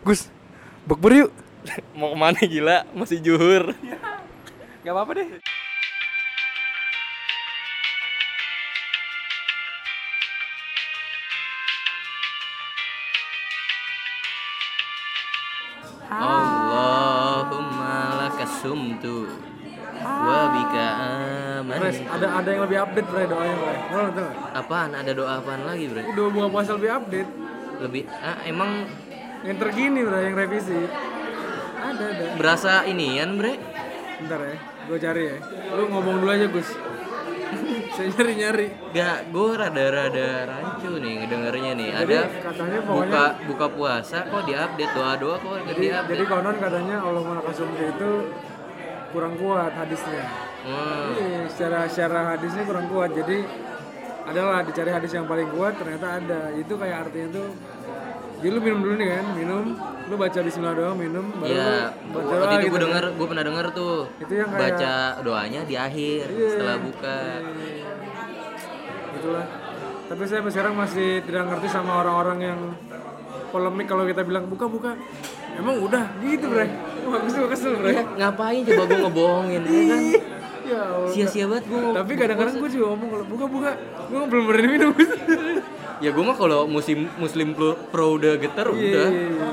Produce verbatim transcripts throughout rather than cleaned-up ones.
Gus, bukber yuk. Mau kemana gila? Masih juhur. Gak apa-apa deh. Allahumma lakasumtu wa bika aman. Pres, ada ada yang lebih update bre doanya bre. Mau nonton nggak? Apaan? Ada doa apaan lagi, Bre? Doa buka puasa lebih update. Lebih ah, emang Yang terkini bre, yang revisi. Ada ada. berasa inian, Bre? Bentar ya, gue cari ya. Lu ngomong dulu aja Gus. Saya nyari nyari. Gak, gue rada-rada rancu nih ngedengernya nih. Jadi, Ada katanya pokoknya- buka buka puasa kok diupdate, doa-doa kok gak Jadi, diupdate. jadi konon katanya Allah Manakasumti itu kurang kuat hadisnya. Hmm. Iya, secara secara hadisnya kurang kuat. Jadi adalah dicari hadis yang paling kuat, ternyata ada. Itu kayak artinya tuh, jadi lu minum dulu nih kan, minum, lu baca bismillah doang, minum, baru Ya, lu baca waktu doa itu gitu. gue denger, gue pernah denger tuh Itu yang kayak- baca doanya di akhir Iya. setelah buka. Itulah. Tapi saya sampai sekarang masih tidak ngerti sama orang-orang yang polemik kalau kita bilang buka-buka. Emang udah gitu, Bre. Wah, gue kesel, Bre. Ya, ngapain coba gue ngebohongin ya kan? Ya Allah. Sia-sia banget gue. Tapi kadang-kadang gue juga ngomong kalau buka-buka, gue belum berani minum. Ya gue mah kalau musim muslim pro, pro udah getar udah.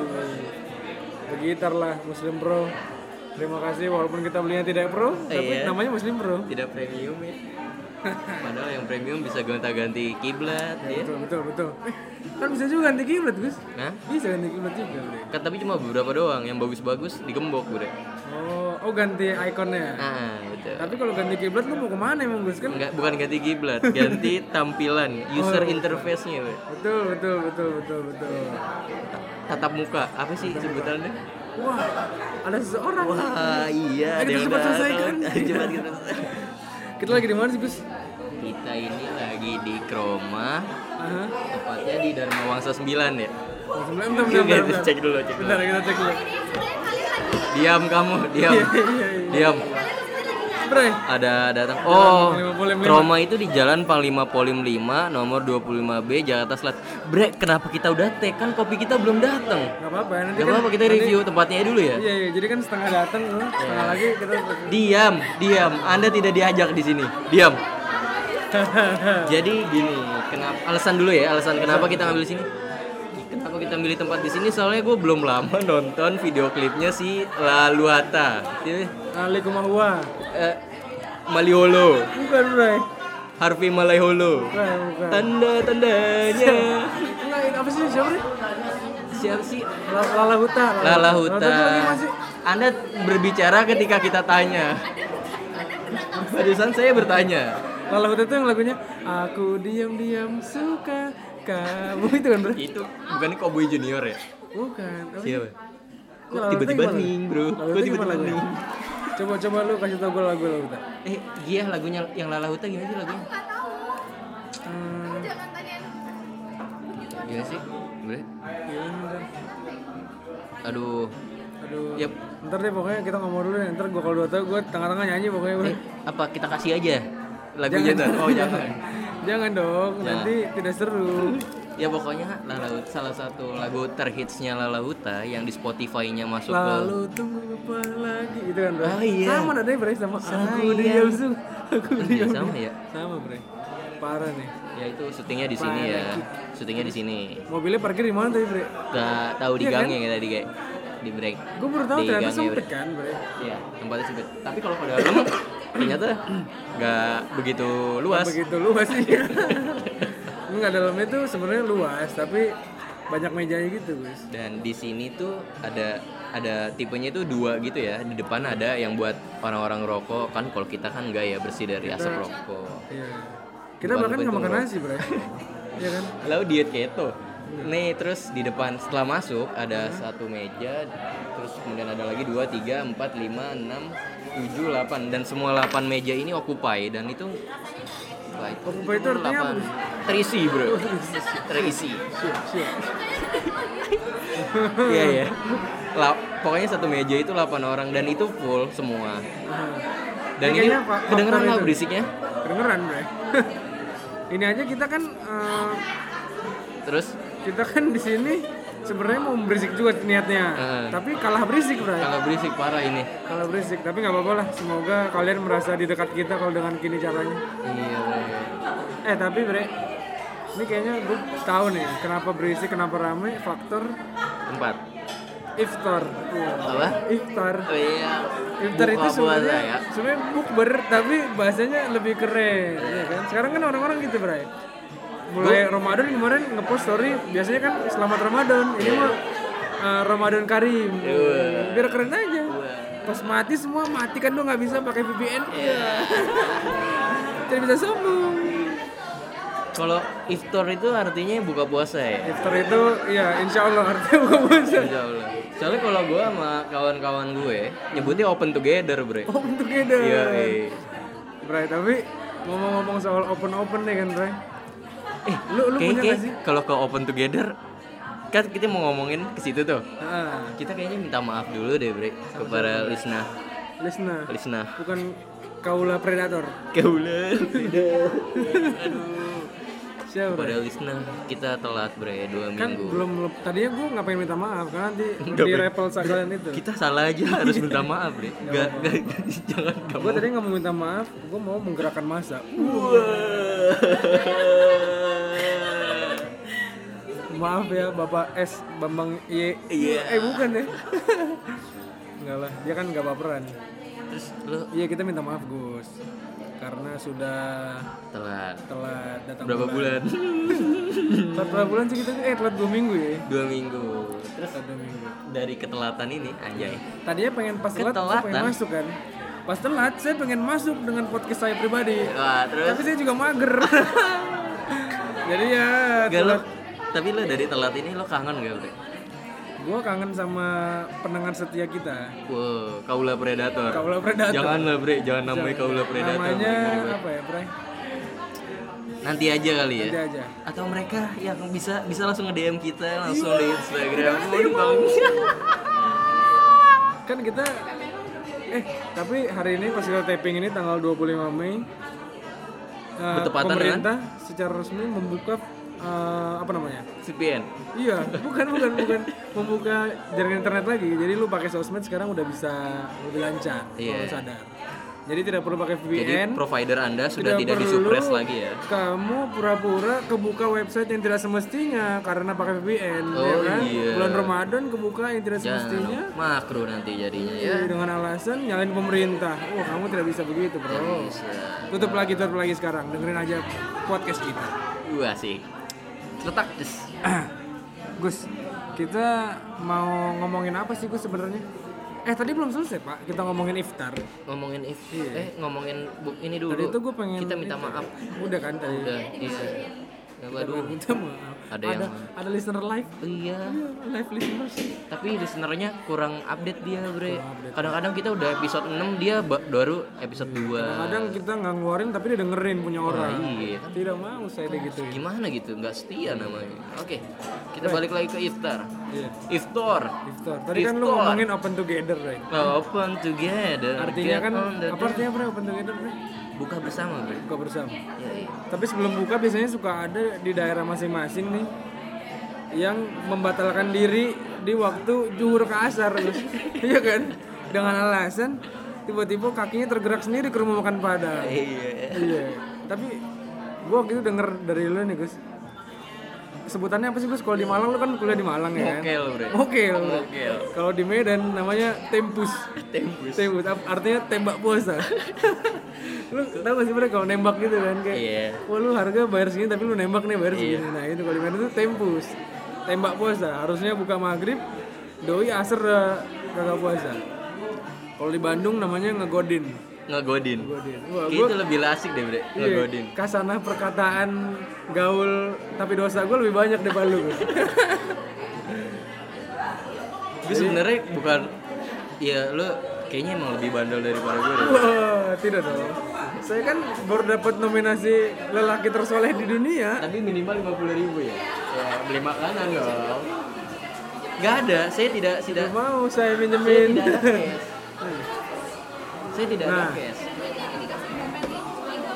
Begitar lah Muslim Pro. Terima kasih walaupun kita belinya tidak pro, tapi Iya. namanya Muslim Pro. Tidak premium ya. Padahal yang premium bisa gonta-ganti kiblat ya. Betul betul betul. Eh, kan bisa juga ganti kiblat, Gus. Nah, Bisa ganti kiblat juga, Bre. kan tapi cuma beberapa doang, yang bagus-bagus digembok gue. Oh, oh ganti ikonnya. Nah, betul. Tapi kalau ganti kiblat lu mau kemana emang, Gus? Kan Enggak, bukan ganti kiblat, ganti tampilan user interface-nya, Bre. betul betul betul betul betul. Tatap muka, apa sih sebutannya? Wah, ada seseorang. Wah, iya, Ayo ada kita yang cepat datang. selesaikan. Ayo cepat kita. Kita lagi di mana sih, Gus? Kita ini lagi di Kroma, Aha. tepatnya di Dharma Wangsa sembilan ya. Oh, sebelah, bentar, bentar, Coba bentar, bentar. cek dulu, cek dulu. Bentar, kita cek dulu. Diam kamu, diam. Iya, iya, iya. Diam. Bre, Ada datang. Oh, Panglima Polim lima. Kroma itu di Jalan Panglima Polim lima, nomor dua puluh lima B, Jakarta Selatan. Bre, kenapa kita udah tag? Kan kopi kita belum datang. nggak apa-apa. Nanti Gak kan apa-apa, kita nanti- review tempatnya dulu ya. Iya, iya. Jadi kan setengah datang, loh. Setengah lagi kita. Diam, diam. Anda tidak diajak di sini. Diam. Jadi gini, kenapa? Alasan dulu ya, alasan kenapa kita ngambil sini. Kenapa kita milih tempat di sini? Soalnya gue belum lama nonton video klipnya si Laluata. Waalaikumsalam. Eh, Maliolo, Bukan, Bre. Harvey Malaiholo. Bukan, bukan. Tanda-tandanya. Enggak, ini apa sih? Siapa nih? Siapa sih? La- Lala Huta. Lala Huta. Lala Huta lagi masih. Anda berbicara ketika kita tanya. Barusan saya bertanya. Lala Huta itu yang lagunya Aku diam-diam suka kamu itu kan, Bre? Itu bukan Cowboy Junior ya? Bukan. Apa sih? Siapa? Kok Lala Huta tiba-tiba gimana? ning, bro? Lala Kok Huta tiba-tiba gimana lagunya? ning? Coba coba lu kasih tau gue lagu Lala Huta. Eh, iya lagunya yang Lala Huta gimana sih lagunya? Hmm, Gimana sih? Bre? gimana, bentar. Aduh. Aduh. Yap. Ntar deh pokoknya kita ngomong dulu deh. Ntar gue kalau dua tahun gue tengah-tengah nyanyi pokoknya. Bre. Eh, apa kita kasih aja lagunya tuh? Oh, jangan. Jangan dong, Jangan. nanti tidak seru. Ya pokoknya Lala Huta salah satu lagu terhitsnya Lala Huta yang di Spotify-nya masuk Lalu tunggu apa lagi gitu kan, Bre? Oh, iya. Sama nadanya, Bre, sama aku Sayang. diam su. Aku ke Iya, diam. sama ya. Sama, Bre. Parah nih. Ya itu syutingnya di sini ya. Syutingnya di sini. Mobilnya parkir di mana tadi, Bre? Gak tahu di Iya kan? gangnya tadi kayak di break. Gue baru tahu Di ternyata gangnya, sempit Bre. kan, Bre. Iya, tempatnya sempit. Tapi kalau pada dalam ternyata nggak begitu luas. Begitu luas sih. Enggak, dalamnya tuh sebenarnya luas, tapi banyak mejanya gitu, guys. Dan di sini tuh ada ada tipenya itu dua gitu ya. Di depan ada yang buat orang-orang rokok kan. Kalau kita kan enggak ya, bersih dari asap rokok. Iya. Kita Bukan bahkan nggak bentuk makan rokok. nasi, Bre. Iya kan? Lalu diet keto. Nih terus di depan setelah masuk ada satu meja, terus kemudian ada lagi dua, tiga, empat, lima, enam, tujuh, delapan dan semua delapan meja ini occupy dan itu wah, itu, Occupy itu artinya delapan. apa? Terisi bro, terisi. Siap, siap. Iya ya. La- pokoknya satu meja itu delapan orang dan itu full semua. Dan Ini ini kayaknya fa- kedengeran faktor nggak itu. berisiknya? Kedengeran, Bre. Ini aja kita kan eh, Terus kita kan di sini sebenarnya mau berisik juga niatnya, Uh. tapi kalah berisik bro. Kalau berisik parah ini. Kalah berisik, tapi nggak apa-apa lah. Semoga kalian merasa di dekat kita kalau dengan gini caranya. Iya. Bre. Eh tapi bre, ini kayaknya gue tahu nih kenapa berisik, kenapa rame. Faktor Tempat. iftar. Apa? Iftar. Oh iya. Iftar itu Buka puasa sebenarnya ya. sebenarnya bukber tapi bahasanya lebih keren, ya kan? Sekarang kan orang-orang gitu bray. Mulai Ramadan kemarin ngepost story biasanya kan selamat Ramadan, ini mah uh, Ramadan Karim. Yeah. Biar keren aja. Pas mati semua mati kan lu nggak bisa pakai V P N. Iya. Tidak bisa sombong. Kalau iftar itu artinya buka puasa ya? Iftar itu ya insya Allah artinya buka puasa. Insya Allah. Soalnya kalau gue sama kawan-kawan gue nyebutnya open together bre. Open together. Iya. Eh. Bray, tapi ngomong-ngomong soal open-open nih kan Bray. Eh, Lu lu kayak, punya kayak nggak sih? kalau ke open together kan kita mau ngomongin ke situ tuh. Ah, Kita kayaknya minta maaf dulu deh bre kepada Lisna. Lisna. Lisna. Bukan kaula predator. Kaulah. Aduh. Siapa? Kepada Lisna kita telat bre dua Kan minggu. belum tadinya gue nggak pengen minta maaf karena nanti Enggak, di Bre. repel sekalian itu. Kita salah aja harus minta maaf bre. Gak, gak, jangan kamu. Gue tadi nggak mau minta maaf, gue mau menggerakkan massa. Maaf ya Bapak S Bambang Y. Iya. Eh bukan ya. Enggak lah, dia kan nggak baperan. Terus lo Iya kita minta maaf Gus, karena sudah telat telat datang. berapa bulan? Telat berapa bulan sih kita? Eh telat dua minggu ya. Dua minggu. Terus Telat dua minggu. dari ketelatan ini anjay. Tadinya pengen pas telat, saya Ketelatan. pengen masuk kan. Pas telat saya pengen masuk dengan podcast saya pribadi. Wah, terus Tapi saya juga mager. Jadi ya gak lo, telat. tapi lo dari telat ini lo kangen gak bre? Gue kangen sama pendengar setia kita. Wow, kaula predator. Kaula predator. Jangan lah bre, jangan namanya kaula predator. Namanya Ngeri-ngeri. apa ya, Bray? Nanti aja kali ya. Nanti aja. Atau mereka yang bisa bisa langsung nge-D M kita langsung Iya. di Instagram. Ada yang Bang. Kan kita eh tapi hari ini pas kita taping ini tanggal dua puluh lima Mei eh, Bertepatan pemerintah secara resmi membuka eh, apa namanya? V P N. Iya, bukan bukan bukan membuka jaringan internet lagi. Jadi lu pakai sosmed sekarang udah bisa lebih lancar Iya. kalau lu sadar. Jadi tidak perlu pakai V P N. Jadi provider Anda sudah tidak, perlu disuppress lagi ya. Kamu pura-pura kebuka website yang tidak semestinya karena pakai V P N, Oh, ya kan? iya. Bulan Ramadan kebuka yang tidak semestinya. Jangan makro nanti jadinya ya. Iya, dengan alasan nyalain pemerintah. Wah, kamu tidak bisa begitu, bro. Bisa. Tutup lagi, tutup lagi sekarang. Dengerin aja podcast kita. Gua sih. Letak des. Gus, kita mau ngomongin apa sih Gus sebenarnya? Eh tadi belum selesai Pak, kita ngomongin iftar. Ngomongin if Iya. eh ngomongin bu, ini dulu. Tadi itu gue pengen kita minta itu. maaf. Udah kan tadi. Udah, iya. Ya, Kita waduh. minta maaf. Ada ada, yang- ada listener live. Iya. Iya, live listeners. Tapi listenernya kurang update dia, Bre. Kurang update. Kadang-kadang kita udah episode enam, dia ba- baru episode dua. Kadang kita nggak ngeluarin tapi dia dengerin punya orang. iya. Tidak mau saya gitu. Gimana gitu? Nggak setia namanya. Oke. Kita balik lagi ke iftar. Iya. Iftar. Iftar. Tadi kan lu Iftar. ngomongin open together, right? Open together. Artinya Get kan on the apa artinya Bre open together, Bre? buka bersama, Bre. Buka bersama. Ya, iya. Tapi sebelum buka biasanya suka ada di daerah masing-masing nih yang membatalkan diri di waktu zuhur ke asar, Gus. Iya kan? Dengan alasan tiba-tiba kakinya tergerak sendiri ke rumah makan Padang. Iya. Iya. Tapi gua waktu itu denger dari lu nih, Gus. Sebutannya apa sih Gus? Kalau di Malang lu kan kuliah di Malang ya kan? Mokel, Bre. Mokel. Mokel. Kalau di Medan namanya tempus. Tembus. Tembus ap- artinya tembak puasa. Lu tau gak sih Bre kalau nembak gitu kan kayak Iya. wah lu harga bayar segini tapi lu nembak nih bayar Iya. segini. Nah itu kalau di Medan itu tempus. Tembak puasa. Harusnya buka maghrib, doi asar udah kagak puasa. Kalau di Bandung namanya ngegodin. Ngegodin. Ngegodin. Wah, Kayak gua itu lebih asik deh, Bre. iya, Ngegodin. kasanah perkataan gaul tapi dosa gue lebih banyak daripada lu. Gue sebenarnya bukan ya lu kayaknya emang lebih bandel daripada gue deh. Wah, tidak dong. Saya kan baru dapat nominasi lelaki tersoleh di dunia. Tapi minimal lima puluh ribu ya. Ya beli makanan dong. Gak ada, saya tidak tidak Gak mau saya saya minjemin. tidak ada cash. Saya tidak ada Nah. cash.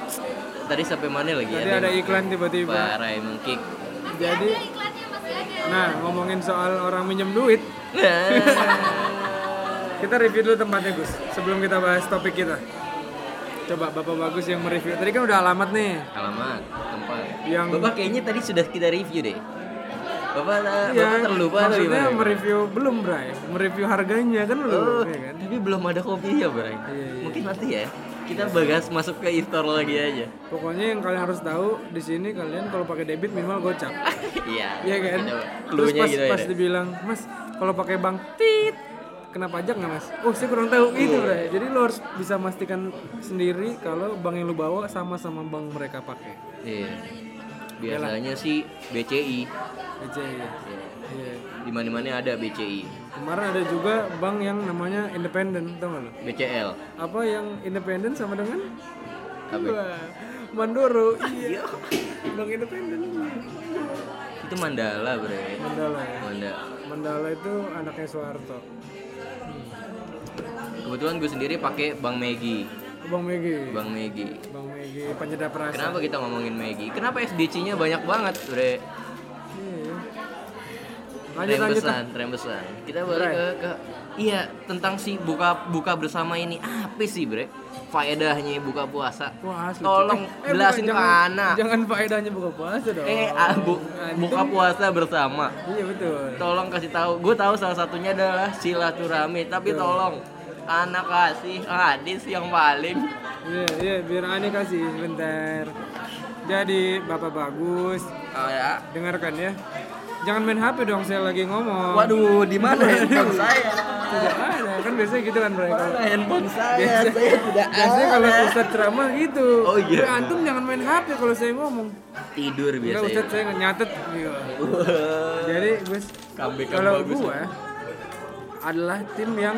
Tadi sampai mana lagi Tadi ya? ada iklan tiba-tiba. Parah emang kick. Jadi Nah, ngomongin soal orang minjem duit, Nah. kita review dulu tempatnya Gus. Sebelum kita bahas topik kita. Coba Bapak Bagus yang mereview. Tadi kan udah alamat nih. Alamat, tempat. Yang Bapak kayaknya tadi sudah kita review deh. Bapak, Iya, Bapak terlupa atau maksudnya gimana? mereview belum, Bray. Mereview harganya kan lu, Oh, ya kan? tapi belum ada kopinya, Bray. Iya, iya. Mungkin nanti ya. Kita bahas masuk ke e-store lagi aja. Pokoknya yang kalian harus tahu di sini kalian kalau pakai debit minimal gocap. Iya. Iya kan? Gitu. Terus Cluenya pas, gitu pas ya. dibilang, "Mas, kalau pakai bank tit kena pajak nggak Mas?" Oh, saya kurang tahu itu, Bray. Jadi lo harus bisa pastikan sendiri kalau bank yang lu bawa sama sama bank mereka pakai. Iya. Biasanya sih B C I. B C I ya. Iya. Iya. Di mana-mana ada B C I. Kemarin ada juga bank yang namanya independen, tau nggak lo? B C L. Apa yang independen sama dengan Apa? Wah, Mandoro. Iya. Bank independen. Itu Mandala, Bre. Mandala ya. Mandala. Mandala itu anaknya Soeharto. Kebetulan gue sendiri pakai Bank Megi. Bang Megi. Bang Megi. Bang Megi penyedap rasa. Kenapa kita ngomongin Megi? Kenapa S D C-nya banyak banget, Bre? Iya. Lanjut lanjut. Rembesan, rembesan. Kita balik Bre. ke, ke iya tentang si buka buka bersama ini apa sih, Bre? Faedahnya buka puasa. Wah, asli. Tolong Eh, jelasin bukan, ke jangan- anak. Jangan faedahnya buka puasa dong. Eh, ah, bu- Antum- buka puasa bersama. Iya betul. Tolong kasih tahu. Gue tahu salah satunya adalah silaturahmi, tapi Betul. tolong anak kasih hadis yang paling. Iya, iya, biar Ani kasih sebentar. Jadi, Bapak Bagus, Oh ya. dengarkan ya. Jangan main H P dong, saya lagi ngomong. Waduh, di mana handphone saya? Tidak ada, kan biasanya gitu kan mereka. Mana handphone saya? Biasa- Saya tidak Biasanya kalau ada. Ustadz ceramah gitu. Oh, iya. "Eh, antum jangan main H P kalau saya ngomong. Tidur Enggak, biasanya. Ustadz saya nggak nyatet. Iya. Wah. Jadi, Gus, Comeback yang kalau bagus gua adalah tim yang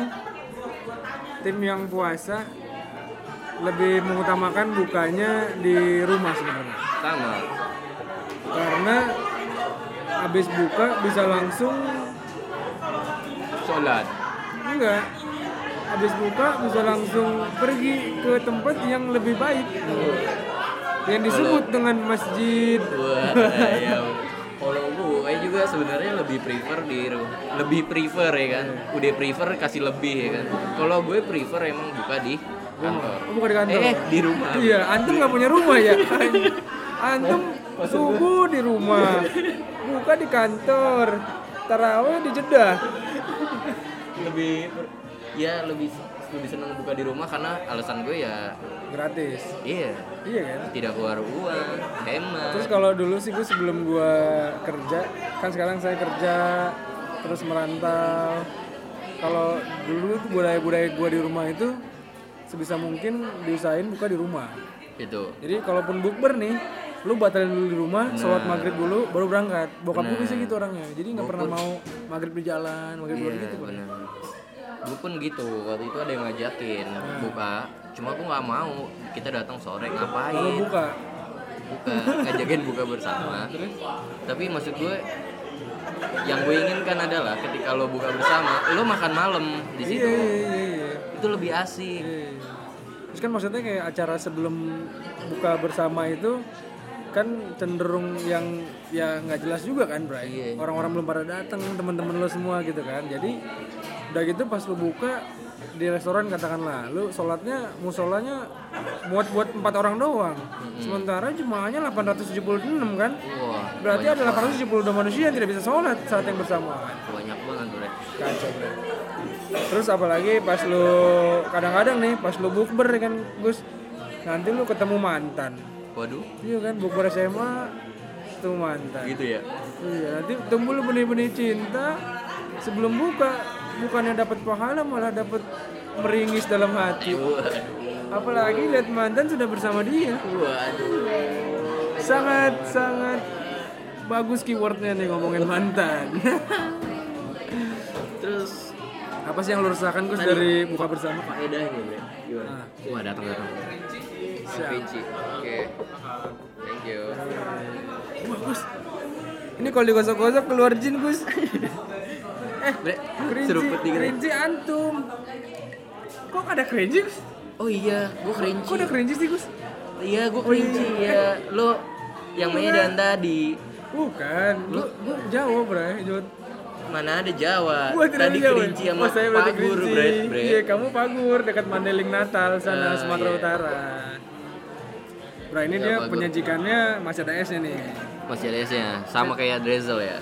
tim yang puasa lebih mengutamakan bukanya di rumah sebenarnya. Sama. Karena habis buka bisa langsung Sholat. enggak. Habis buka bisa langsung pergi ke tempat yang lebih baik. Yang disebut dengan masjid. Wah, ya. Kalau gue juga sebenarnya lebih prefer di ru- lebih prefer ya kan. Udah prefer kasih lebih ya kan. Kalau gue prefer emang buka di kantor. Oh, bukan di kantor. Eh, di rumah. Iya, antum nggak punya rumah ya? Antum subuh di rumah, buka di kantor, taraweh di Jeddah. Lebih ya lebih lebih senang buka di rumah karena alasan gue ya Gratis. iya, Iya kan? tidak keluar uang, hemat. Terus kalau dulu sih gue sebelum gue kerja, kan sekarang saya kerja terus merantau. Kalau dulu tuh budaya-budaya gue di rumah itu sebisa mungkin diusahain buka di rumah. Itu. Jadi kalaupun bukber nih, lu batalin dulu di rumah, sholat Nah. maghrib dulu, baru berangkat. Bokap gue Nah. bisa gitu orangnya. Jadi nggak Gua pernah pun- mau maghrib di jalan, maghrib Iya, luar gitu. Bang. benar. Gue pun gitu, waktu itu ada yang ngajakin buka, cuma aku nggak mau. Kita datang sore Kalau ngapain? buka, Buka, ngajakin buka bersama. Tapi maksud gue, yang gue inginkan adalah ketika lo buka bersama, lo makan malam di iya, situ. iya, iya, iya. Itu lebih asik. Iya. Terus kan maksudnya kayak acara sebelum buka bersama itu kan cenderung yang ya nggak jelas juga kan, Bray. Iya. Orang-orang belum pada datang, teman-teman lo semua gitu kan. Jadi udah gitu pas lo buka di restoran katakanlah, lu sholatnya musolanya buat buat empat orang doang. Sementara jumlahnya delapan ratus tujuh puluh enam kan. Wah, Berarti banyak ada delapan ratus tujuh puluh dua manusia yang tidak bisa sholat saat yang bersamaan. banyak banget bro. Kacau, Bray. Terus apalagi pas lu kadang-kadang nih pas lu bukber kan Gus, nanti lu ketemu mantan. Waduh, Iya kan, bukber S M A ketemu mantan. gitu ya. Iya, nanti tumbuh lu benih-benih cinta sebelum buka, bukannya dapat pahala malah dapat meringis dalam hati. Waduh, Apalagi lihat mantan sudah bersama dia. waduh. Sangat sangat bagus keywordnya nih ngomongin mantan. Terus Apa sih yang lu rasakan Gus dari buka bersama? faedahnya bro, gimana? Ah. Wah datang datang. Siap. Vinci, oke. Thank you. Wah, Gus. Ini kalau digosok-gosok keluar jin, Gus. Eh, Bre, Kerinci, seruput dikit. kerinci antum. Kok ada kerinci, Gus? Oh iya, gue kerinci. Kok ada kerinci sih, Gus? Iya, gue Oh, iya. kerinci ya. Lo yang mainnya dan tadi. Bukan, gua, gua Jawa bre, Jod. Mana ada Jawa? Gua tidak Tadi Jawa. Kerinci sama Oh, saya berarti Pagur, Kerinci. bre, bre. Iya, kamu Pagur dekat Mandeling Natal sana Ah, Sumatera iya. Utara. Bro, ini Ya, dia Pagur. penyajikannya masih ada esnya nih. Masih ada esnya, sama kayak drizzle ya.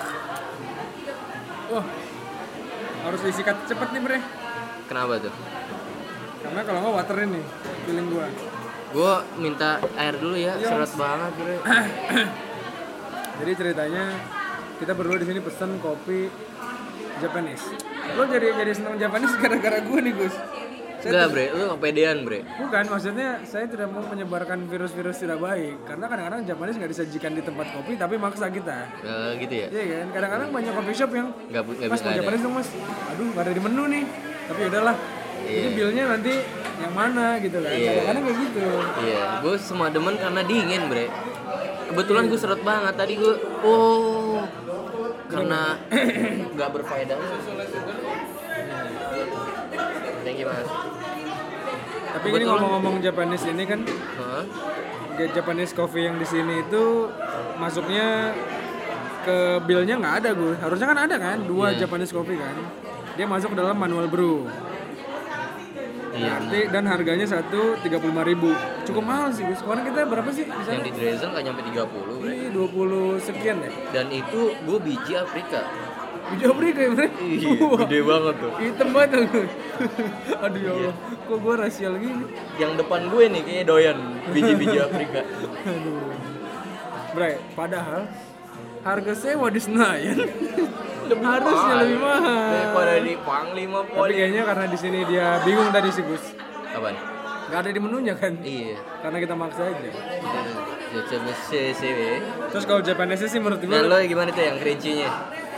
Wah, harus disikat cepet nih bre. Kenapa tuh? Karena kalau nggak waterin nih, feeling gua. Gue minta air dulu ya, Iya, seret Mas. banget bre. Jadi ceritanya kita berdua di sini pesen kopi Japanese. Lo jadi jadi senang Japanese gara-gara gue nih Gus. Saya Enggak tuh- bre, lu kepedean bre. Bukan, maksudnya saya tidak mau menyebarkan virus-virus tidak baik. Karena kadang-kadang Japanese nggak disajikan di tempat kopi, tapi maksa kita. Eh, gitu ya? Iya kan? Kadang-kadang banyak coffee shop yang Nggak bu- nggak mas bisa mau ada. Japanese dong mas. Aduh nggak ada di menu nih. Tapi udahlah. Jadi Iya. billnya nanti yang mana gitu kan? Iya. Kadang-kadang kayak gitu. Iya, gue semua demen karena dingin bre. Kebetulan gue seret banget tadi gue, oh karena nggak berfaedah. Thank you mas. Tapi ini Kebetulan- ngomong-ngomong Japanese ini kan, Hah? Japanese coffee yang di sini itu masuknya ke billnya nggak ada gue. Harusnya kan ada kan dua Iya. Japanese coffee kan. Dia masuk ke dalam manual brew. Iya. Berarti dan harganya satu tiga puluh lima ribu. Cukup mahal sih Gus. Kemarin kita berapa sih di Yang sana? di drizzle nggak nyampe tiga puluh bre. Ini dua puluh sekian ya. Dan itu gue biji Afrika. Biji Afrika ya bre? Iya, Wah, gede banget tuh. hitam banget tuh. Aduh ya Allah, kok gue rasial gini? Yang depan gue nih kayaknya doyan biji-biji Afrika. Aduh. Bre, padahal harga sewa di Senayan harusnya lebih mahal. Daripada di Panglima Tapi Poli. kayaknya karena di sini dia bingung tadi sih Gus. Apaan? Gak ada di menunya kan? Iya. Karena kita maksa aja. Ya coba C C W. Terus kalau Japanese sih menurut gue Nah lo gimana tuh yang kerincinya?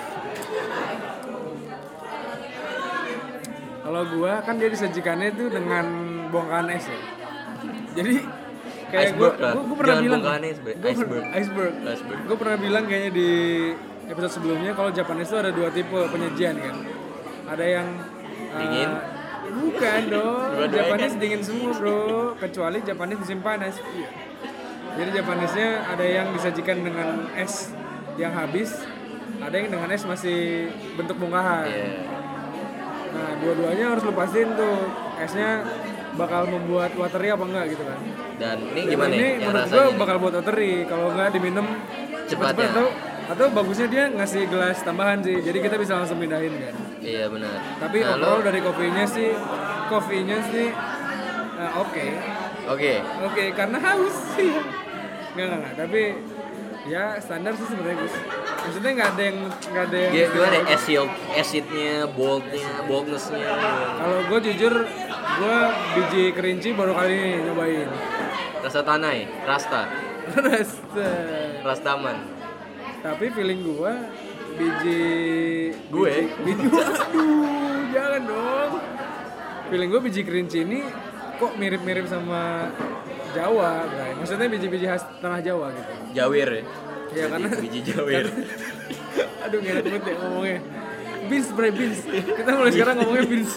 kalau gua kan dia disajikannya itu dengan bongkahan es ya. Jadi kayak gua Iceberg lah. gua, gua pernah Jangan bilang bongkahan es, Bre. gua per- Iceberg. iceberg. Iceberg. Gua pernah bilang kayaknya di episode sebelumnya kalau Japanese itu ada dua tipe penyajian kan. Ada yang uh, Dingin? bukan dong. Dua-duanya Japanese kan? dingin semua, Bro. Kecuali Japanese musim panas. Iya. Jadi Japanese-nya ada yang disajikan dengan es yang habis, ada yang dengan es masih bentuk bongkahan. Iya. Nah, dua-duanya harus lepasin tuh. Esnya bakal membuat watery apa enggak gitu kan. Dan ini gimana Ini ya? Yang menurut rasanya gua nih? bakal buat watery kalau enggak diminum Cepat cepat-cepat ya? atau atau bagusnya dia ngasih gelas tambahan sih. Jadi kita bisa langsung pindahin kan. Iya benar. Tapi Nah, lo- overall dari kopinya sih kopinya sih eh, oke. Oke. Oke, karena haus sih. Enggak, enggak, enggak. Tapi ya standar sih sebenarnya Gus. Maksudnya nggak ada yang nggak ada yang G- Gimana ya? Acid, acidnya, boldnya, boldnessnya. Kalau gue jujur, gue biji kerinci baru kali ini nyobain. Rasa tanai, rasta, Rasa. rastaman. Tapi feeling gue biji Gue? biji, biji aduh jangan dong. Feeling gue biji kerinci ini kok mirip-mirip sama Jawa, Bray. Maksudnya biji-biji khas tanah Jawa gitu. Jawir ya. Ya karena Biji jawir. aduh nggak enak banget ya ngomongnya. Beans, Bray, beans. Kita mulai sekarang ngomongnya beans.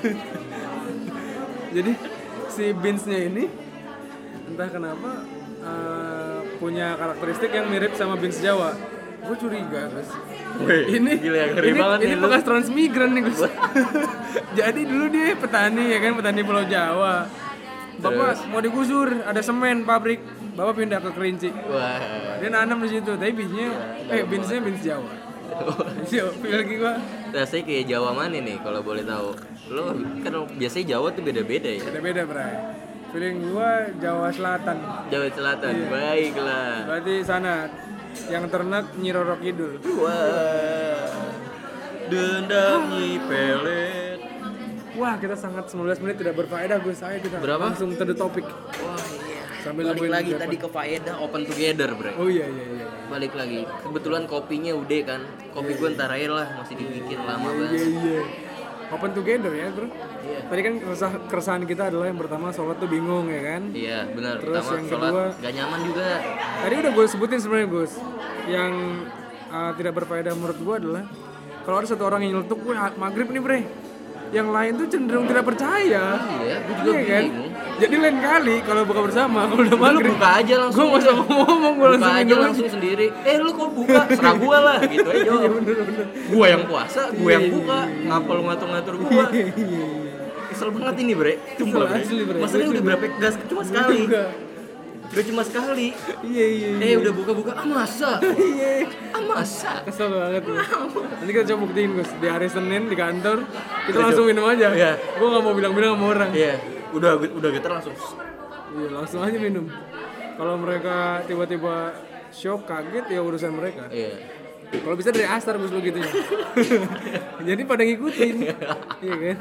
Jadi si beansnya ini entah kenapa eh, punya karakteristik yang mirip sama beans Jawa. Gue curiga Gus. Wih, Ini gila, ngeri ini, banget ini nih lu. bekas transmigran nih Gus. Jadi dulu dia petani ya kan, petani Pulau Jawa. Bapak Terus? mau digusur, ada semen pabrik. Bapak pindah ke Kerinci. Wah. Dia nanam di situ, tapi bijinya eh beansnya beans Jawa. Yo, lagi gua Rasanya kayak Jawa mana nih kalau boleh tahu? Lo kan biasanya Jawa tuh beda-beda ya. beda-beda, Bray. Feeling gua Jawa Selatan. Jawa Selatan, Iya. baiklah. Berarti sana yang ternak Nyi Roro Kidul. Wah. Dendam Nyi Pelet. Wah, kita sangat sembilan belas menit tidak berfaedah, Gus. Saya kita Berapa? langsung to the topic. Wah iya. Sambil Balik nemuin lagi Japan. tadi ke faedah open together, Bre. Oh iya iya iya. Balik lagi. Kebetulan kopinya udah kan. Kopi gue ntar aja lah, masih dibikin lama Iya banget. iya. Open together ya, Bro. Iya. Tadi kan keresah, keresahan kita adalah yang pertama sholat tuh bingung ya kan. Iya, benar. Terus Pertama yang sholat kedua- gak nyaman juga. Tadi udah gue sebutin sebenarnya Gus. Yang uh, tidak berfaedah menurut gue adalah kalau ada satu orang yang nyeletuk, gue maghrib nih bre. Yang lain tuh cenderung tidak percaya. Iya, gue juga Iya kan? bingung. Jadi lain kali kalau buka bersama, kalau udah Lu maghrib buka aja langsung. gue nggak usah ngomong, gue Buka langsung aja minum langsung sendiri. Eh lu kok buka? Serah gua lah gitu aja. Iya bener bener. Gua yang puasa, gua yang buka. Ngapa lu ngatur-ngatur gua? Kesel banget ini, Bre. Cuma Kesel asli, Bre. Masalahnya udah berapa gas cuma sekali. Juga. Udah cuma sekali. Iya iya. Eh udah buka-buka, ah masa? Iya. Ah masa? Kesel banget gue. Nanti kita coba buktiin Gus di hari Senin di kantor kita Kita langsung coba. minum aja. Iya. Gue nggak mau bilang-bilang sama orang. Iya, udah udah getar langsung. Iya langsung aja minum. Kalau mereka tiba-tiba shock kaget ya urusan mereka. Iya. Kalau bisa dari asar Gus lo gitu ya. Jadi pada ngikutin. Iya kan?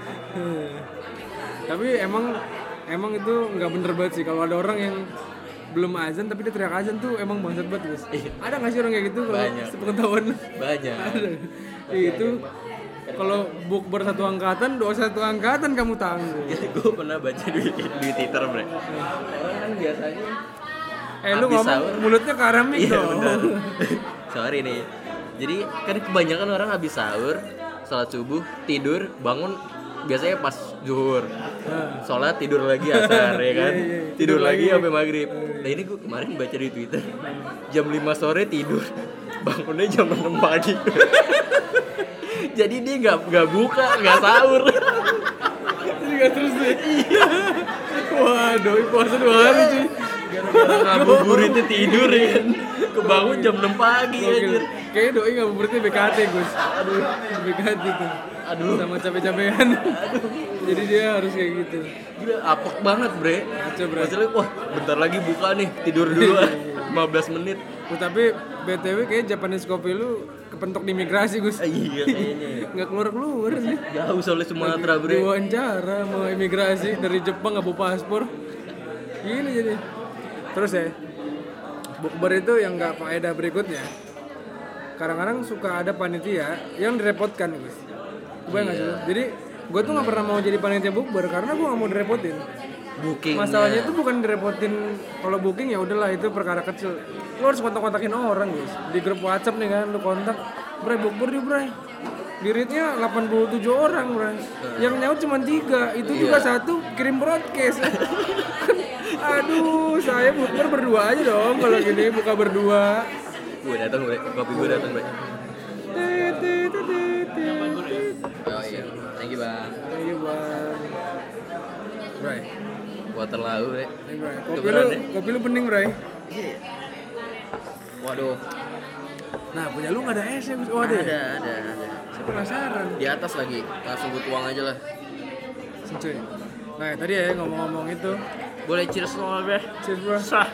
Tapi emang emang itu nggak bener banget sih kalau ada orang yang belum azan tapi dia teriak azan tuh emang bangsat banget Gus. Iya. Ada nggak sih orang kayak gitu kalau Banyak. sepengetahuan lu? Banyak. Ada. Itu kalau bukber satu angkatan, doa satu angkatan kamu tanggung. Gue pernah baca di, di Twitter, Bre. Orang kan biasanya Eh lu habis ngomong sahur. mulutnya karamik Iya dong. benar. Sorry nih. Jadi kan kebanyakan orang habis sahur, sholat subuh, tidur, bangun biasanya pas zuhur. Sholat tidur lagi asar ya kan. Iya, iya. Tidur, Tidur lagi lagi. sampai maghrib. Nah ini gue kemarin baca di Twitter jam lima sore tidur, bangunnya jam enam pagi. Jadi dia nggak nggak buka, nggak sahur. Jadi nggak terus deh. Waduh, puasa dua hari cuy. Gara-gara ngabuburitnya tidur ya kan. Kebangun jam enam pagi anjir. Kayaknya doi ngabuburitnya B K T Gus. Aduh, B K T tuh. Aduh. Sama capek-capekan. Jadi dia harus kayak gitu. Gila apok banget, Bre. Kacau, Bre. Maksudnya wah, bentar lagi buka nih, tidur dulu ah. lima belas menit. Oh, tapi B T W kayak Japanese Coffee lu kepentok di imigrasi Gus. Ah, iya kayaknya. Nggak keluar-keluar sih. Jauh soalnya Sumatera, Bre. Diwawancara mau imigrasi dari Jepang nggak bawa paspor. Gini jadi. Terus ya, bukber itu yang nggak faedah berikutnya. Kadang-kadang suka ada panitia yang direpotkan Gus. Gue nggak sih. Jadi gue tuh nggak pernah mau jadi panitia bukber karena gue nggak mau direpotin. Booking. Masalahnya itu bukan direpotin. Kalau booking ya udahlah itu perkara kecil. Lu harus kontak-kontakin orang guys. Di grup WhatsApp nih kan lu kontak, "Bray, bukber di Bray." Diritnya delapan puluh tujuh orang, Bray. Yang nyaut cuma tiga. Itu juga satu kirim broadcast. Aduh, saya bukber berdua aja dong kalau gini buka berdua. Gue datang, Bre. Kopi gue datang, Bre. Oh iya. Thank you, Bang. Iya bang. Bray, Water lau, Bre. ini Bray. Kopi lu, Kebetulan deh. kopi lu bening Bray. Waduh. Nah punya lu nggak ada es ya? Oh ada. Ada, ya? ada, ada. Saya penasaran. Di atas lagi. Langsung gue tuang aja lah. Cuy. Nah tadi ya ngomong-ngomong itu. Boleh cheers lo, Bre. Cheers bro. Sah.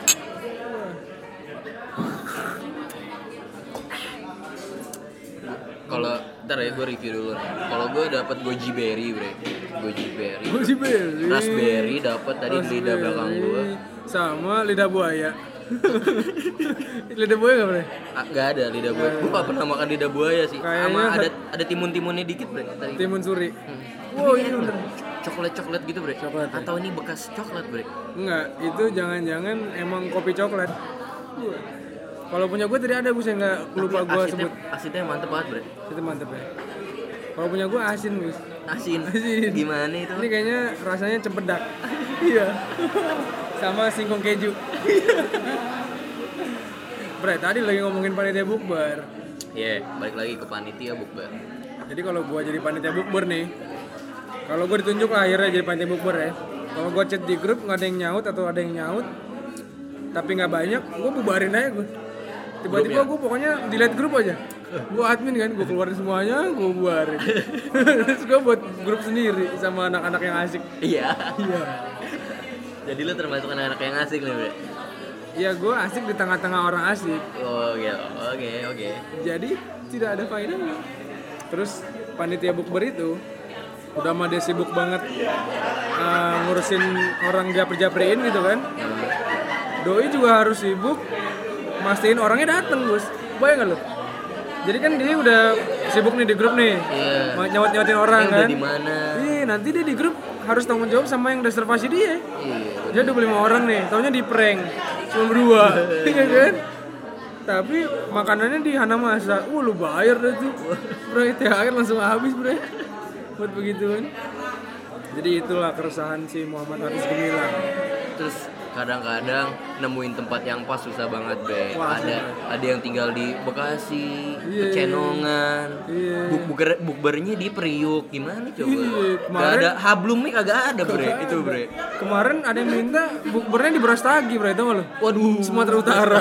Kalau ntar ya gue review dulu. Kalau gue dapat goji berry, Bre. Goji berry. Goji berry. Raspberry dapat tadi di lidah belakang gue. Sama lidah buaya. Lidah buaya nggak Bre? Ah, gak ada lidah buaya. Gue gak pernah makan lidah buaya sih. Sama Kayaknya- ada ada timun-timunnya dikit, Bre. Tadi. Timun suri. Hmm. Wow Ini iya enak. bener. Coklat-coklat gitu, Bre. Coklat, ya? Atau ini bekas coklat, Bre. Enggak, itu jangan-jangan emang kopi coklat. Kalau punya gue tadi ada gue yang nggak lupa Tapi gue asidnya, sebut. asidnya mantep banget, Bre. Itu mantep ya. Kalau punya gue asin Gus. Asin. Asin. Gimana itu? Ini kayaknya rasanya cempedak. Iya. Sama singkong keju. Bre, tadi lagi ngomongin panitia bukber. Iya, balik lagi ke panitia bukber. Jadi kalau gue jadi panitia bukber nih, kalau gue ditunjuk lah akhirnya jadi panitia bukber ya. Kalau gue chat di grup nggak ada yang nyaut atau ada yang nyaut, tapi nggak banyak, gue bubarin aja gue. Tiba-tiba gue pokoknya delete grup aja. Gue admin kan, gue keluarin semuanya, gue bubarin. Terus gue buat grup sendiri sama anak-anak yang asik. Iya. Iya. Jadi lu termasuk anak-anak yang asik nih, Bre. Ya gue asik di tengah-tengah orang asik. Oh, iya. Oke, oke. Jadi tidak ada faedahnya. Terus panitia bukber itu udah mah dia sibuk banget uh, ngurusin orang japri-japriin gitu kan. Doi juga harus sibuk mastiin orangnya dateng Gus. Bayang gak lu? Jadi kan dia udah sibuk nih di grup nih. Iya. Ma- nyawat-nyawatin orang Eh, kan. udah di mana? Iya, nanti dia di grup harus tanggung jawab sama yang reservasi dia. Iya. Dia dua puluh lima orang nih, taunya di prank. Cuma berdua. Iya kan? Tapi makanannya di Hana Masa. Uh, lu bayar dah tuh. Bro, T H R langsung habis, Bro. Buat begituan. Jadi itulah keresahan si Muhammad Hafiz Gumilang. Terus kadang-kadang nemuin tempat yang pas susah banget, Bre. Wah, ada ada yang tinggal di Bekasi, Iya. Pecenongan. Iya. Buk buker bukbernya di Priuk. Gimana coba? Iya, Gak kemarin- ada hablumnya kagak ada, Bre. Kagak Itu, ada. Bre. Kemarin ada yang minta bukbernya di Brastagi, Bre, tau gak lu? Waduh, Sumatera Utara.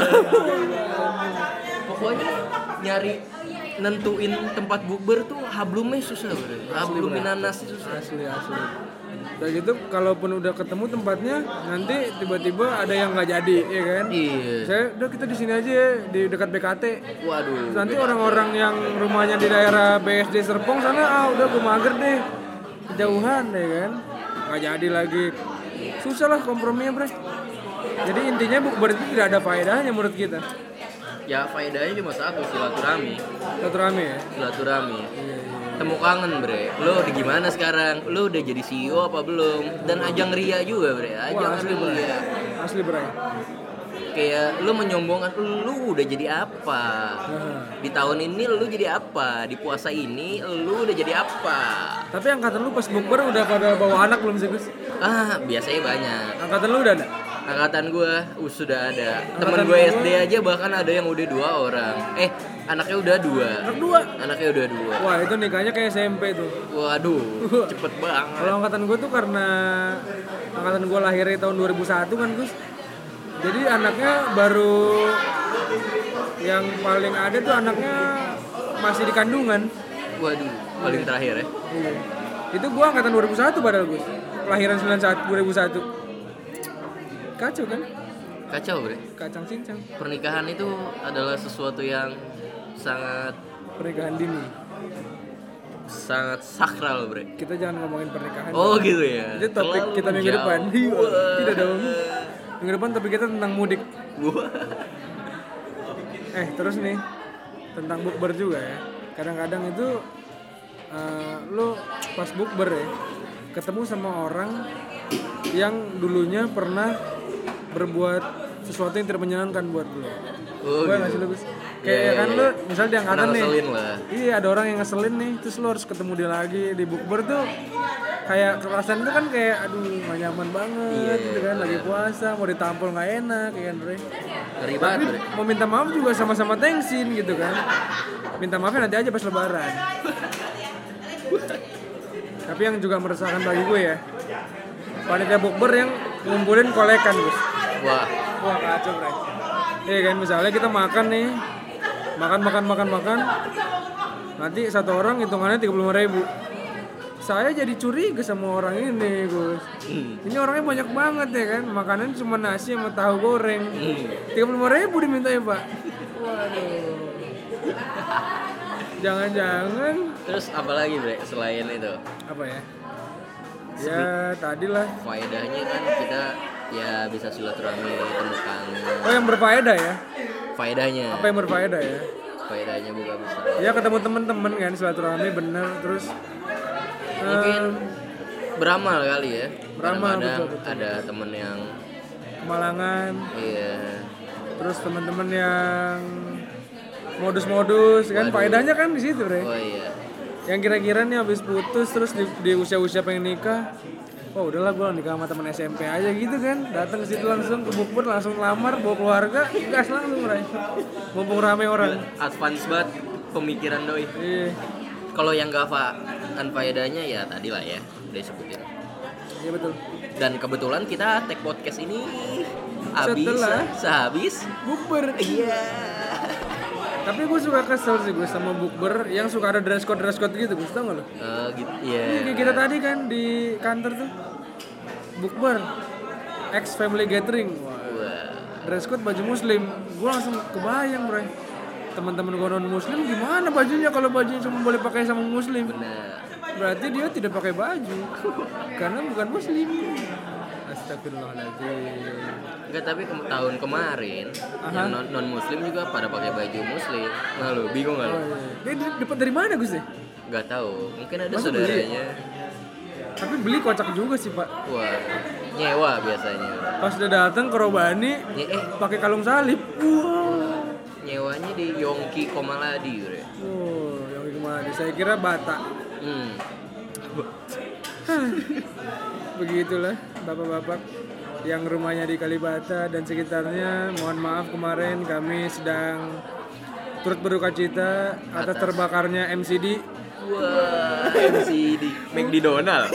pokoknya nyari nentuin tempat bukber tuh hablumnya susah, Bre. Hablum minanas susah. Asli asli. Udah gitu, kalaupun udah ketemu tempatnya, nanti tiba-tiba ada yang nggak jadi, ya kan? Iya. Saya udah kita di sini aja ya, di dekat B K T. Waduh. Terus nanti orang-orang yang rumahnya di daerah B S D Serpong sana, ah udah gue mager deh, kejauhan deh kan, nggak jadi lagi. Susah lah komprominya, Bre. Jadi intinya bukber itu tidak ada faedahnya menurut kita. Ya faedahnya cuma satu, silaturahmi. Silaturahmi ya. Silaturahmi. Temu kangen, Bre. Lo udah gimana sekarang? Lo udah jadi C E O apa belum? Dan ajang ria juga, Bre. Ajang Wah, asli, Bre. ria. Asli, Bre. Kayak lo menyombongkan lo udah jadi apa? Nah. Di tahun ini lo jadi apa? Di puasa ini lo udah jadi apa? Tapi angkatan lu pas bukber udah pada bawa anak belum sih, Gus? Ah, biasanya banyak. Angkatan lu udah ada? Angkatan gue uh, sudah ada. Temen Angkatan gue gua- S D aja bahkan ada yang udah dua orang. Eh, anaknya udah dua. Anak dua. Anaknya udah dua. Wah, itu nikahnya kayak S M P tuh. Waduh, cepet banget. Kalau angkatan gue tuh karena angkatan gue lahirnya tahun dua ribu satu kan, Gus. Jadi anaknya baru yang paling ada tuh anaknya masih di kandungan. Waduh, paling terakhir ya. Iya. Itu gue angkatan dua ribu satu padahal, Gus. Kelahiran sembilan puluh satu dua ribu satu. Kacau kan? Kacau, Bre. Kacang cincang. Pernikahan itu adalah sesuatu yang sangat Pernikahan dini. sangat sakral, Bre. Kita jangan ngomongin pernikahan. Oh, gitu ya. Itu topik Terlalu kita minggu jauh. depan. Iya, Wah. tidak dong. Minggu depan topik kita tentang mudik. Wah. Eh, terus nih tentang bukber juga ya. Kadang-kadang itu uh, lu pas bukber ya ketemu sama orang yang dulunya pernah berbuat sesuatu yang tidak menyenangkan buat lu. Oh, Gue gitu. ngasih lu, Gus. Iya, Kayak iya, kan iya. lu misal di angkatan Pernah nih. ngeselin lah. Iya, ada orang yang ngeselin nih, terus lu harus ketemu dia lagi di bukber tuh. Kayak perasaan itu kan kayak aduh gak nyaman banget Iya, gitu kan, iya. lagi puasa mau ditampol gak enak ya kan, Bre. Ngeri Tapi banget, Bre. mau minta maaf juga sama-sama thanksin gitu kan. Minta maafnya nanti aja pas lebaran. Tapi yang juga meresahkan bagi gue ya, panitia bukber yang ngumpulin kolekan, Gus. Wah, Wah kacau, Bre. Iya kan, misalnya kita makan nih, makan makan makan makan, nanti satu orang hitungannya tiga puluh lima ribu. Saya jadi curiga sama orang ini, Gus. Hmm. Ini orangnya banyak banget ya kan, makanan cuma nasi sama tahu goreng. Hmm. tiga puluh lima ribu diminta ya, Pak. Waduh. Jangan-jangan Terus apa lagi, Bre, selain itu? apa ya? Ya tadi lah. Faedahnya kan kita ya bisa silaturahmi, temukan. Oh, yang berfaedah ya? Faedahnya. Apa yang berfaedah ya? Faedahnya buka besar. Ya ketemu teman-teman kan, silaturahmi bener, terus Mungkin beramal kali ya. Beramal, Kadang-kadang betul, betul. ada temen yang kemalangan, iya. terus teman-teman yang modus-modus kan, Waduh. faedahnya kan di situ, Bre. Oh iya. Yang kira-kira nih habis putus terus di, di usia-usia pengen nikah, wah udahlah gue nikah sama temen S M P aja gitu kan, datang ke situ langsung ke bukber, langsung lamar, bawa keluarga, gas langsung, Bre. Mumpung rame orang. Advance banget pemikiran doi. Iya, Kalau yang gak fa anfaedahnya ya tadi lah ya, udah sebutin. iya betul. Dan kebetulan kita take podcast ini habis Setelah- sehabis Bukber. iya. Tapi gue suka kesel sih gue sama bukber yang suka ada dress code dress code gitu, gue tau gak lo? Eh, gitu. Iya. Iya, kayak kita tadi kan di kantor tuh bukber ex family gathering. Wah, Wah. dress code baju muslim, gue langsung kebayang, Bre. Teman-teman gue non muslim gimana bajunya kalau bajunya cuma boleh pakai sama muslim? Benar. Berarti dia tidak pakai baju karena bukan muslim. Astagfirullahaladzim. Enggak, tapi ke- tahun kemarin Aha. yang non, non muslim juga pada pakai baju muslim. Nah, lu bingung nggak Oh, lu? iya. Dia di- dapat dari mana, Gus deh? Nggak tahu. Mungkin ada Masa beli? saudaranya. Tapi beli kocak juga sih, Pak. Wah, nyewa biasanya. Pas udah datang ke Robani Nye, eh, pakai kalung salib. Wow. nyewanya di Yongki Komaladi, Bre. Oh, yang gimana? Saya kira Bata. Hmm. Begitulah bapak-bapak yang rumahnya di Kalibata dan sekitarnya. Mohon maaf kemarin kami sedang turut berduka cita atas terbakarnya M C D. Wah, M C D McD Donald.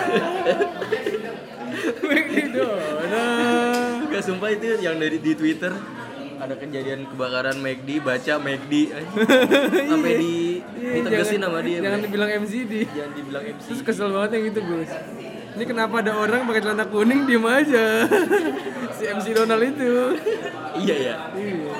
McD Donald. Gak, sumpah itu yang dari di Twitter ada kejadian kebakaran McD, baca McD sampai di ditegasin sama dia. Jangan dibilang M C D. Jangan dibilang M C D. Terus kesel banget yang gitu, Gus. Ini kenapa ada orang pakai celana kuning diem aja. Si M C Donald itu. Iya ya. Iya.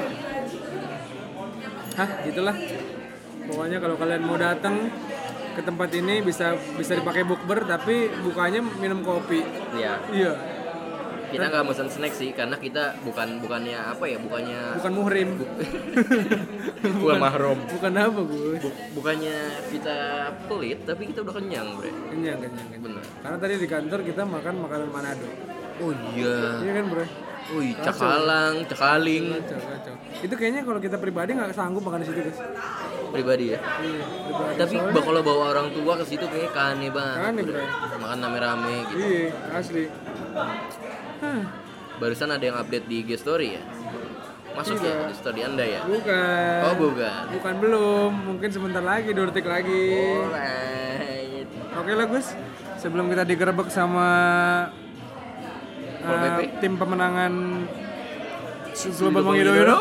Hah, gitulah. Pokoknya kalau kalian mau datang ke tempat ini bisa bisa dipakai bukber tapi bukanya minum kopi. Iya. Iya. Kita nggak mesen snack sih karena kita bukan bukannya apa ya bukannya Bukan muhrim. bukan mahram. Bukan apa, Gus? Bu- bukannya kita pelit tapi kita udah kenyang, Bre. Kenyang, kenyang, kenyang. Bener. Karena tadi di kantor kita makan makanan Manado. Oh iya. Iya kan, Bro? Wih, cakalang, cakaling. Kacau, kacau. Itu kayaknya kalau kita pribadi nggak sanggup makan di situ, Gus. Pribadi ya. Iya, pribadi. Tapi Soalnya- kalau bawa orang tua ke situ kayaknya kane banget. Kane, Bre. Makan rame-rame gitu. Iya, asli. Hah, Barusan ada yang update di I G story ya. Masuk Iya. ya di story Anda ya. bukan. Oh, bukan. Bukan belum, mungkin sebentar lagi, dua detik lagi. Alright. Oke lah, Gus. Sebelum kita digerebek sama Pol uh, P P. tim pemenangan Sulban Bang Mangidoyono.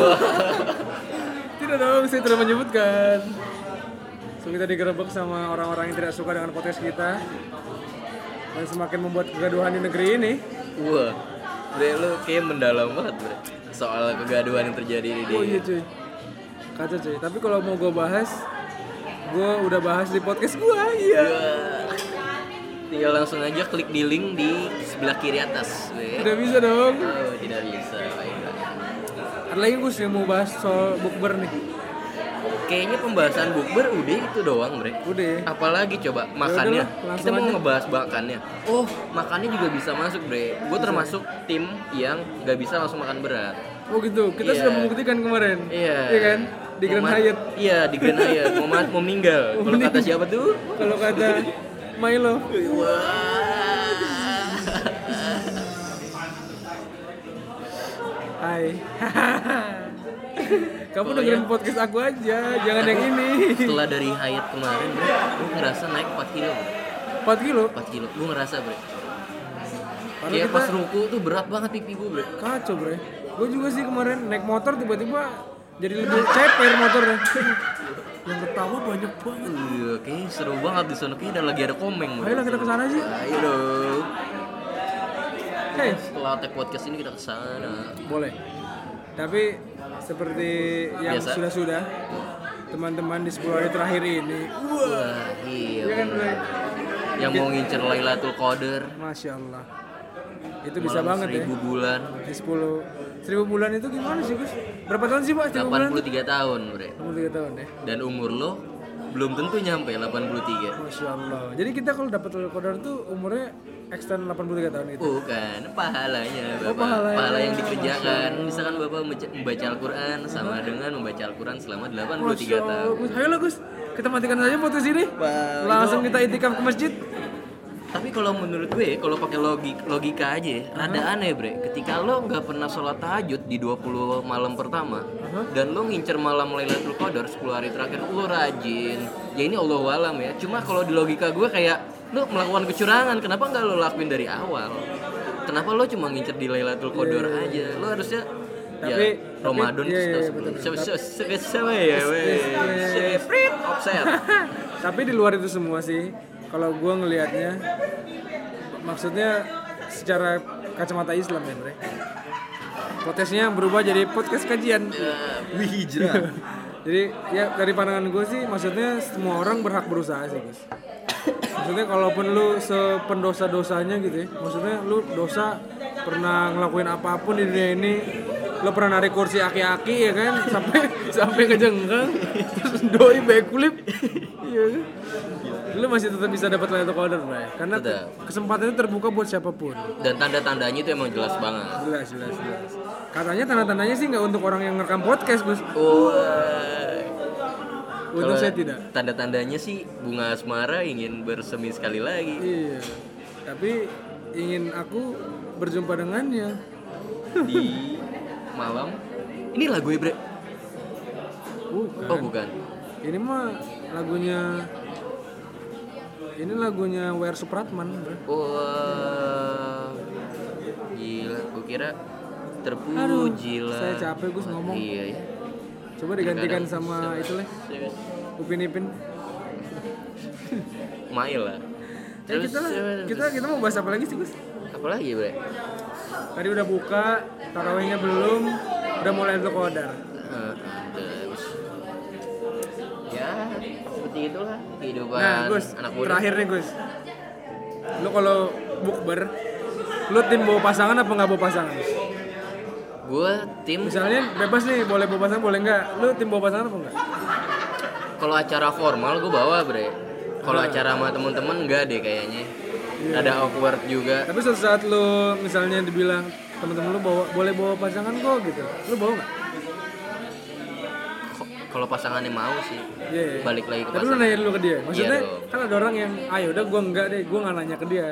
Tidak dong, saya tidak menyebutkan. Sebelum kita digerebek sama orang-orang yang tidak suka dengan podcast kita dan semakin membuat kegaduhan di negeri ini. Wah, Bre, lu kayak mendalam banget, Bre. Soal kegaduhan yang terjadi di Oh iya cuy, kacau cuy. Tapi kalau mau gue bahas, gue udah bahas di podcast gue. Iya. Wah. Tinggal langsung aja klik di link di sebelah kiri atas, Bre. Udah bisa dong. Oh, tidak bisa. Baiklah. Ada lagi Gus yang mau bahas soal bukber nih. Kayaknya pembahasan bukber udah itu doang, Bre. Udah. Apalagi coba makannya. udahlah, langsung Kita mau aja. ngebahas makannya. Oh, makannya juga bisa masuk, Bre. Gue termasuk tim yang nggak bisa langsung makan berat. Oh gitu. Kita Iya. sudah membuktikan kemarin. Iya. Iya kan? Di Mau Grand mat- Hyatt. Iya, di Grand Hyatt. Mau mat- mau meninggal. Kalau kata siapa tuh? Kalau kata Milo. Wah. Hai. Kamu dengerin podcast aku aja, jangan yang ini. Setelah dari Hyatt kemarin, Bre, gue ngerasa naik empat kilo. Bre. empat kilo. empat kilo. Gue ngerasa, Bre. Karena Kayak kita pas ruku tuh berat banget pipi gue, Bre. kacau, Bre. Gue juga sih kemarin naik motor tiba-tiba jadi lebih ceper motornya. Yang ketawa banyak banget. Iya, kayaknya seru banget di sana. Kayaknya ada lagi ada komeng. Bre. Ayolah kita ke sana sih. Ayo dong. Hei, Setelah tag podcast ini kita ke sana. boleh. Tapi seperti yang Biasa. sudah-sudah teman-teman di sepuluh hari terakhir ini. Wah, iya. Iya kan, Bre? Yang mau ngincer Lailatul Qadar. Masya Allah. Itu bisa malam banget ya. seribu bulan. Di sepuluh seribu bulan itu gimana sih, Gus? Berapa tahun sih, Pak? seribu delapan bulan? puluh tiga tahun, Bre. delapan puluh tiga tahun ya. Dan umur lo belum tentu nyampe delapan puluh tiga. Masya Allah. Jadi kita kalau dapat Lailatul Qadar tuh umurnya extend delapan puluh tiga tahun gitu. Bukan, pahalanya Bapak. Oh, pahalanya. Pahala yang dikerjakan. Misalkan Bapak membaca, membaca Al-Quran sama dengan membaca Al-Quran selama delapan puluh tiga Masya Allah, tahun. Gus. Ayolah, Gus. Kita matikan saja podcast ini. Wah, Langsung itu- kita itikaf ke masjid. Tapi kalau menurut gue, kalau pakai logik, logika aja, ya, rada aneh, Bre. Ketika lo nggak pernah sholat tahajud di dua puluh malam pertama, dan lo ngincer malam Lailatul Qadar sepuluh hari terakhir, lo rajin. Ya ini Allahu alam ya. Cuma kalau di logika gue kayak lo melakukan kecurangan, kenapa nggak lo lakuin dari awal? Kenapa lo cuma ngincer di Lailatul Qadar aja? Lo harusnya Tapi- ya Ramadan tapi- iya, iya, sebelum betul, betul. sama ya, weh. Seprit, offset. Tapi di luar itu semua sih, kalau gue ngelihatnya, maksudnya secara kacamata Islam ya, Bre. Podcastnya berubah jadi podcast kajian. Wih, hijrah. Jadi ya dari pandangan gue sih, maksudnya semua orang berhak berusaha sih, Gus. Maksudnya kalaupun lu sependosa-dosanya gitu ya, maksudnya lu dosa pernah ngelakuin apapun di dunia ini, lu pernah narik kursi aki-aki ya kan, sampai sampai kejengkang, terus doi backflip, iya kan? Lu masih tetap bisa dapat Lailatul Qadar, Bray. Karena Tetap. kesempatan itu terbuka buat siapapun. Dan tanda-tandanya itu emang jelas banget. Jelas, jelas, jelas. Katanya tanda-tandanya sih nggak untuk orang yang ngerekam podcast, Gus. Oh, Untung saya tidak. Tanda-tandanya sih bunga asmara ingin bersemi sekali lagi. Iya. Tapi ingin aku berjumpa dengannya Di malam. Ini lagu ya, Bre? bukan. Oh, bukan. Ini mah lagunya ini lagunya W R Supratman, bro. Wah. Gila, gua kira Aduh, terpujilah. saya capek Gus ngomong. Iya, ya. Coba digantikan Kadang sama serius- itu lah, serius. Upin Ipin. Mail lah. Ya, kita lah, kita kita mau bahas apa lagi sih, Gus? apa lagi, Bre? Tadi udah buka, tarawihnya belum, udah mulai untuk kodar. Eh, terus. Ya, seperti itulah kehidupan Nah, Gus, anak muda. terakhir nih, Gus. Lu kalau bukber, lu tim bawa pasangan apa nggak bawa pasangan? Gue tim Misalnya bebas nih, boleh bawa pasangan, boleh nggak? Lu tim bawa pasangan apa nggak? kalau acara formal gue bawa, Bre. Kalau Ah. acara sama temen-temen enggak deh kayaknya. Ada awkward juga. Tapi suatu saat lu misalnya dibilang temen-temen lu bawa, boleh bawa pasangan kok gitu, lu bawa nggak? Ko- Kalau pasangannya mau sih. Iya. iya. Balik lagi ke Tapi lu pasangan. nanya dulu ke dia. Maksudnya Iya dong. kan ada orang yang, ayo udah gua enggak deh, gua nggak nanya ke dia.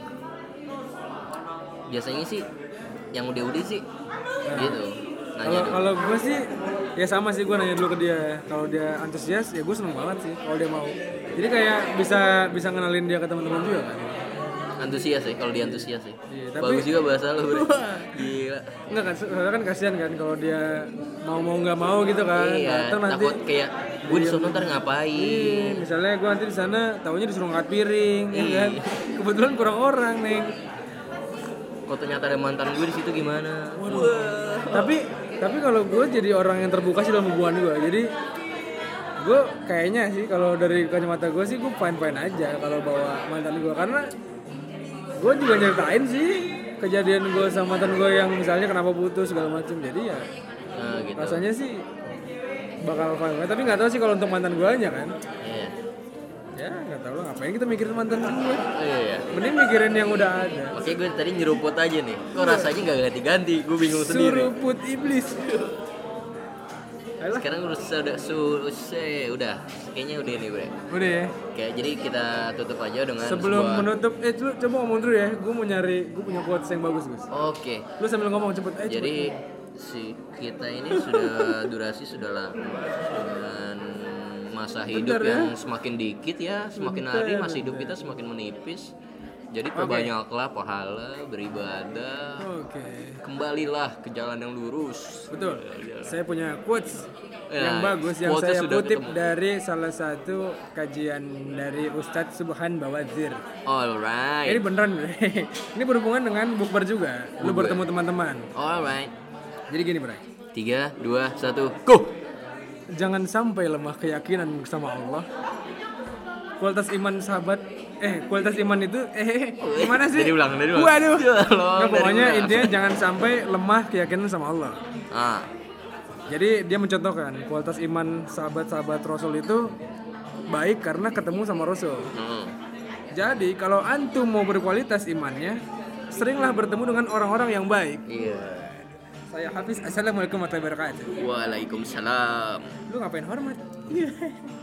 Biasanya sih yang udah-udah sih gitu. Nanya Kalau dulu. kalau gua sih ya sama sih, gua nanya dulu ke dia. Kalau dia antusias ya gua seneng banget sih kalau dia mau. Jadi kayak bisa bisa ngenalin dia ke teman-teman juga kan. Antusias sih, kalau dia antusias sih. Iya, tapi- Bagus juga bahasa lu, Bre. Wah. Gila. Enggak kan, soalnya kan kasihan kan kalau dia mau mau nggak mau gitu kan. Iya, Ntar nanti takut kayak gue di sono ntar ngapain. Iya, misalnya gue nanti di sana taunya disuruh ngangkat piring, ya Iya. kan? Kebetulan kurang orang nih. Kok ternyata ada mantan gue di situ gimana? Wah. Tapi tapi kalau gue jadi orang yang terbuka sih dalam hubungan gue. Jadi gue kayaknya sih kalau dari kacamata gue sih gue fine fine aja kalau bawa mantan gue, karena gue juga nyeritain sih kejadian gue sama mantan gue yang misalnya kenapa putus segala macam. Jadi ya Nah, gitu. rasanya sih bakal fine. Tapi nggak tahu sih kalau untuk mantan gue nya kan. Iya. Ya nggak tahu lah, ngapain kita mikirin mantan gue. Oh, iya, iya. Mending mikirin yang udah ada. Makanya gue tadi nyeruput aja nih. Kok rasanya nggak ganti-ganti? Gue bingung sendiri. Suruput iblis. Ayolah. Sekarang udah sudah su se- udah kayaknya udah nih, Bre. Udah ya. Kayak jadi kita tutup aja dengan Sebelum sebuah... menutup, eh lu coba ngomong dulu ya. Gue mau nyari, gue punya quotes yang bagus Gus. Oke. Lu sambil ngomong cepet. Eh, Jadi si kita ini sudah durasi sudah lama dengan masa hidup Bentar ya. yang semakin dikit ya, semakin hari Bentar, masa hidup bentar. kita semakin menipis. Jadi Oke. perbanyaklah pahala beribadah. Oke. Kembalilah ke jalan yang lurus. Betul. Saya punya quotes Ya, yang bagus yang quotesnya saya sudah kutip ketemu. dari salah satu kajian dari Ustadz Subhan Bawazir. Alright. Ini beneran, Bre. Ini berhubungan dengan bukber juga. Lu Bukber. bertemu teman-teman. Alright. Jadi gini, Bre. Tiga, dua, satu, go. Jangan sampai lemah keyakinan sama Allah. Kualitas iman sahabat, eh kualitas iman itu, eh gimana sih? Dari ulang, dari ulang. Waduh. Ya Allah, Nggak, dari pokoknya ulang. intinya jangan sampai lemah keyakinan sama Allah. Ah, Jadi dia mencontohkan kualitas iman sahabat-sahabat Rasul itu baik karena ketemu sama Rasul. hmm. Jadi kalau antum mau berkualitas imannya, seringlah bertemu dengan orang-orang yang baik. Iya. Saya Hafiz, assalamualaikum warahmatullahi wabarakatuh. Waalaikumsalam. Lu ngapain hormat?